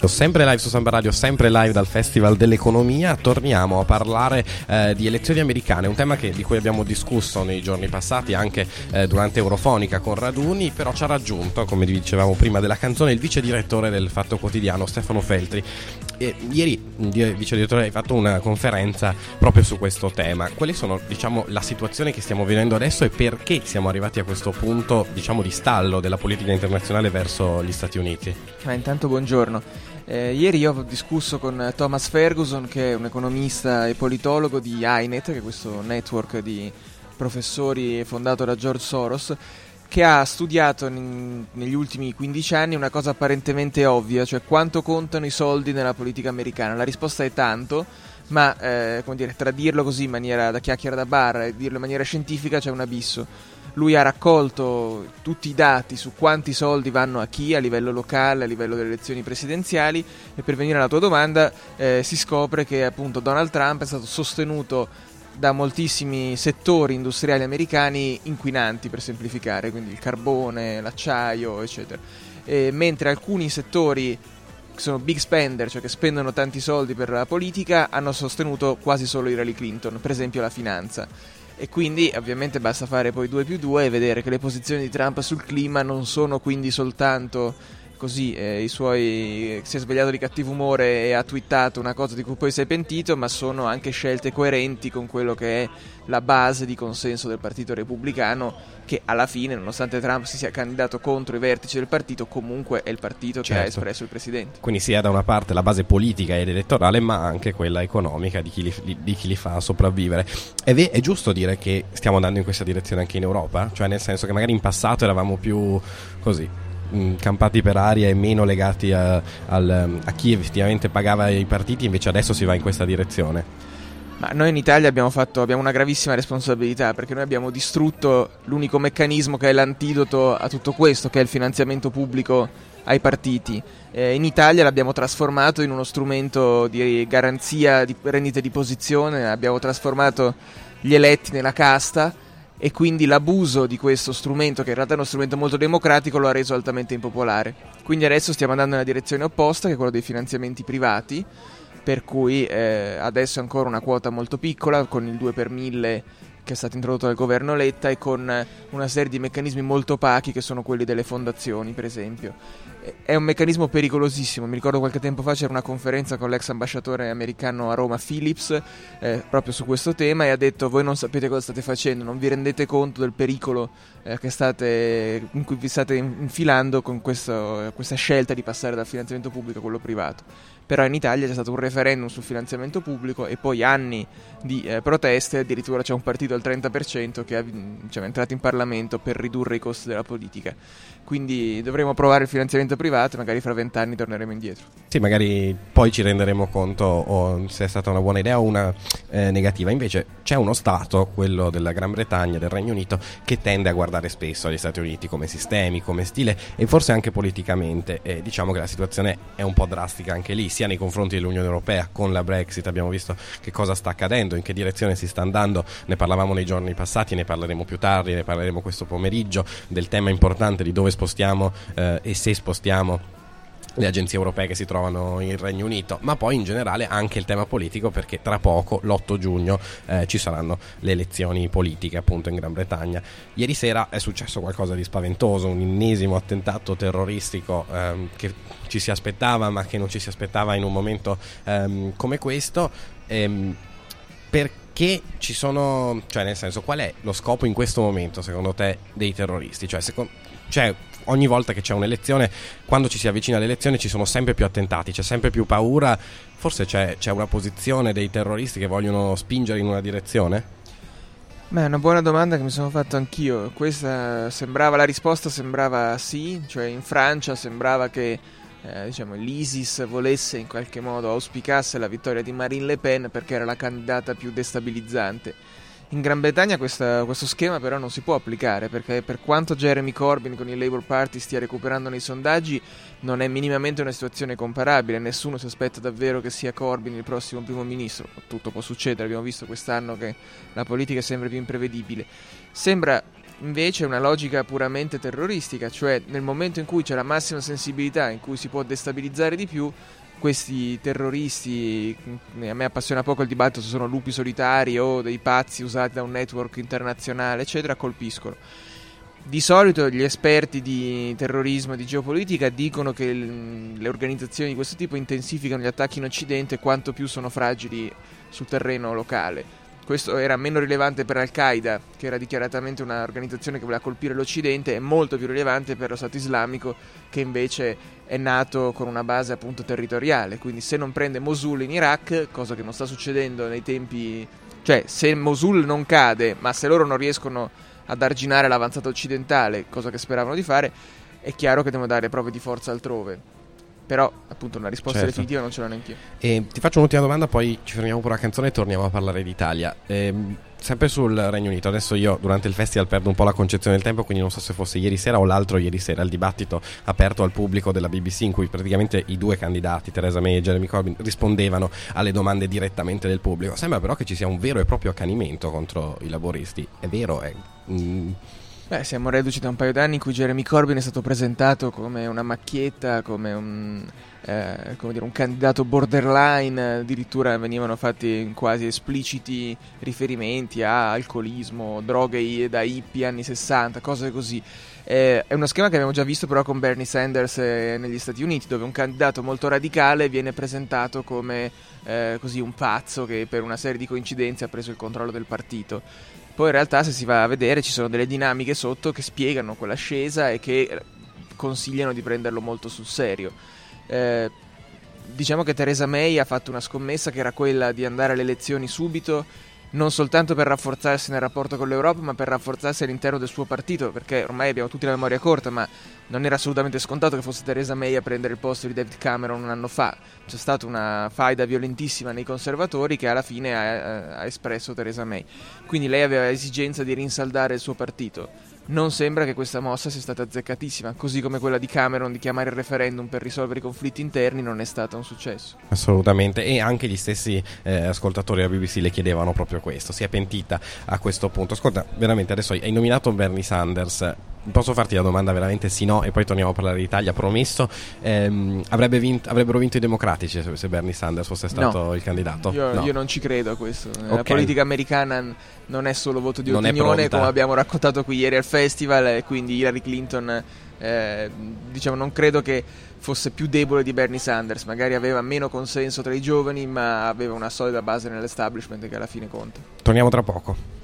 Sempre live su Samba Radio, sempre live dal Festival dell'Economia. Torniamo a parlare di elezioni americane, un tema di cui abbiamo discusso nei giorni passati anche durante Eurofonica con Raduni, però ci ha raggiunto, come dicevamo prima della canzone, il vice direttore del Fatto Quotidiano, Stefano Feltri. Ieri, vice direttore, hai fatto una conferenza proprio su questo tema. Quali sono, la situazione che stiamo vivendo adesso e perché siamo arrivati a questo punto, di stallo della politica internazionale verso gli Stati Uniti? Intanto buongiorno. Ieri io ho discusso con Thomas Ferguson, che è un economista e politologo di INET, che è questo network di professori fondato da George Soros, che ha studiato negli ultimi 15 anni una cosa apparentemente ovvia, cioè quanto contano i soldi nella politica americana. La risposta è tanto, ma tra dirlo così in maniera da chiacchiera da bar e dirlo in maniera scientifica c'è un abisso. Lui ha raccolto tutti i dati su quanti soldi vanno a chi a livello locale, a livello delle elezioni presidenziali, e per venire alla tua domanda si scopre che appunto Donald Trump è stato sostenuto da moltissimi settori industriali americani inquinanti, per semplificare, quindi il carbone, l'acciaio, eccetera, mentre alcuni settori che sono big spender, cioè che spendono tanti soldi per la politica, hanno sostenuto quasi solo Hillary Clinton, per esempio la finanza. E quindi ovviamente basta fare poi 2 più 2 e vedere che le posizioni di Trump sul clima non sono quindi soltanto così si è svegliato di cattivo umore e ha twittato una cosa di cui poi si è pentito, ma sono anche scelte coerenti con quello che è la base di consenso del partito repubblicano, che alla fine, nonostante Trump si sia candidato contro i vertici del partito, comunque è il partito che ha espresso il presidente. Quindi sia da una parte la base politica ed elettorale, ma anche quella economica di chi li fa sopravvivere. È giusto dire che stiamo andando in questa direzione anche in Europa? Cioè, nel senso che magari in passato eravamo più così campati per aria e meno legati a chi effettivamente pagava i partiti, invece adesso si va in questa direzione. Ma noi in Italia abbiamo una gravissima responsabilità, perché noi abbiamo distrutto l'unico meccanismo che è l'antidoto a tutto questo, che è il finanziamento pubblico ai partiti. In Italia l'abbiamo trasformato in uno strumento di garanzia di rendite di posizione, abbiamo trasformato gli eletti nella casta, e quindi l'abuso di questo strumento, che in realtà è uno strumento molto democratico, lo ha reso altamente impopolare. Quindi adesso stiamo andando nella direzione opposta, che è quella dei finanziamenti privati, per cui adesso è ancora una quota molto piccola, con il 2 per 1000 che è stato introdotto dal governo Letta, e con una serie di meccanismi molto opachi che sono quelli delle fondazioni, per esempio. È un meccanismo pericolosissimo. Mi ricordo qualche tempo fa c'era una conferenza con l'ex ambasciatore americano a Roma, Phillips, proprio su questo tema, e ha detto: voi non sapete cosa state facendo, non vi rendete conto del pericolo in cui vi state infilando con questa scelta di passare dal finanziamento pubblico a quello privato. Però in Italia c'è stato un referendum sul finanziamento pubblico e poi anni di proteste, addirittura c'è un partito al 30% che è entrato in Parlamento per ridurre i costi della politica. Quindi dovremo provare il finanziamento privato e magari fra 20 anni torneremo indietro. Sì, magari poi ci renderemo conto se è stata una buona idea o una negativa. Invece c'è uno Stato, quello della Gran Bretagna, del Regno Unito, che tende a guardare spesso agli Stati Uniti come sistemi, come stile e forse anche politicamente. Diciamo che la situazione è un po' drastica anche lì, sia nei confronti dell'Unione Europea. Con la Brexit abbiamo visto che cosa sta accadendo, in che direzione si sta andando. Ne parlavamo nei giorni passati, ne parleremo più tardi, ne parleremo questo pomeriggio, del tema importante di dove spostiamo e se spostiamo le agenzie europee che si trovano in Regno Unito, ma poi in generale anche il tema politico, perché tra poco, l'8 giugno, ci saranno le elezioni politiche appunto in Gran Bretagna. Ieri sera è successo qualcosa di spaventoso, un ennesimo attentato terroristico che ci si aspettava, ma che non ci si aspettava in un momento come questo. Perché ci sono, cioè nel senso, qual è lo scopo in questo momento secondo te dei terroristi? Cioè ogni volta che c'è un'elezione, quando ci si avvicina alle elezioni ci sono sempre più attentati, c'è sempre più paura. Forse c'è una posizione dei terroristi che vogliono spingere in una direzione? Beh, è una buona domanda che mi sono fatto anch'io. La risposta sembrava sì, cioè in Francia sembrava che l'ISIS volesse in qualche modo, auspicasse la vittoria di Marine Le Pen perché era la candidata più destabilizzante. In Gran Bretagna questo schema però non si può applicare, perché per quanto Jeremy Corbyn con il Labour Party stia recuperando nei sondaggi, non è minimamente una situazione comparabile. Nessuno si aspetta davvero che sia Corbyn il prossimo primo ministro. Tutto può succedere, abbiamo visto quest'anno che la politica è sempre più imprevedibile. Sembra invece è una logica puramente terroristica, cioè nel momento in cui c'è la massima sensibilità, in cui si può destabilizzare di più, questi terroristi, a me appassiona poco il dibattito se sono lupi solitari o dei pazzi usati da un network internazionale, eccetera, colpiscono. Di solito gli esperti di terrorismo e di geopolitica dicono che le organizzazioni di questo tipo intensificano gli attacchi in Occidente quanto più sono fragili sul terreno locale. Questo era meno rilevante per Al-Qaeda, che era dichiaratamente un'organizzazione che voleva colpire l'Occidente, e molto più rilevante per lo Stato islamico, che invece è nato con una base appunto territoriale. Quindi se non prende Mosul in Iraq, cosa che non sta succedendo nei tempi... Cioè, se Mosul non cade, ma se loro non riescono ad arginare l'avanzata occidentale, cosa che speravano di fare, è chiaro che devono dare prove di forza altrove. Però appunto una risposta definitiva non ce l'ho neanche io. E ti faccio un'ultima domanda, poi ci fermiamo per la canzone e torniamo a parlare d'Italia. Sempre sul Regno Unito, adesso io durante il festival perdo un po' la concezione del tempo, quindi non so se fosse ieri sera o l'altro ieri sera il dibattito aperto al pubblico della BBC, in cui praticamente i due candidati, Theresa May e Jeremy Corbyn, rispondevano alle domande direttamente del pubblico. Sembra però che ci sia un vero e proprio accanimento contro i laboristi. È vero? Beh, siamo reduci da un paio d'anni in cui Jeremy Corbyn è stato presentato come una macchietta, come un candidato borderline, addirittura venivano fatti quasi espliciti riferimenti a alcolismo, droghe da hippie anni 60, cose così. È uno schema che abbiamo già visto però con Bernie Sanders negli Stati Uniti, dove un candidato molto radicale viene presentato come così un pazzo che per una serie di coincidenze ha preso il controllo del partito. Poi in realtà, se si va a vedere, ci sono delle dinamiche sotto che spiegano quell'ascesa e che consigliano di prenderlo molto sul serio. Diciamo che Theresa May ha fatto una scommessa che era quella di andare alle elezioni subito, non soltanto per rafforzarsi nel rapporto con l'Europa, ma per rafforzarsi all'interno del suo partito, perché ormai abbiamo tutti la memoria corta, ma non era assolutamente scontato che fosse Theresa May a prendere il posto di David Cameron un anno fa. C'è stata una faida violentissima nei conservatori che alla fine ha espresso Theresa May. Quindi lei aveva esigenza di rinsaldare il suo partito. Non sembra che questa mossa sia stata azzeccatissima, così come quella di Cameron di chiamare il referendum per risolvere i conflitti interni non è stata un successo. Assolutamente, e anche gli stessi ascoltatori della BBC le chiedevano proprio questo. Si è pentita a questo punto. Ascolta, veramente adesso hai nominato Bernie Sanders. Posso farti la domanda veramente sì no e poi torniamo a parlare d'Italia, promesso. Avrebbero vinto i democratici se Bernie Sanders fosse stato il candidato? Io non ci credo a questo. Okay. La politica americana non è solo voto di opinione, come abbiamo raccontato qui ieri al festival, e quindi Hillary Clinton diciamo non credo che fosse più debole di Bernie Sanders. Magari aveva meno consenso tra i giovani, ma aveva una solida base nell'establishment che alla fine conta. Torniamo tra poco.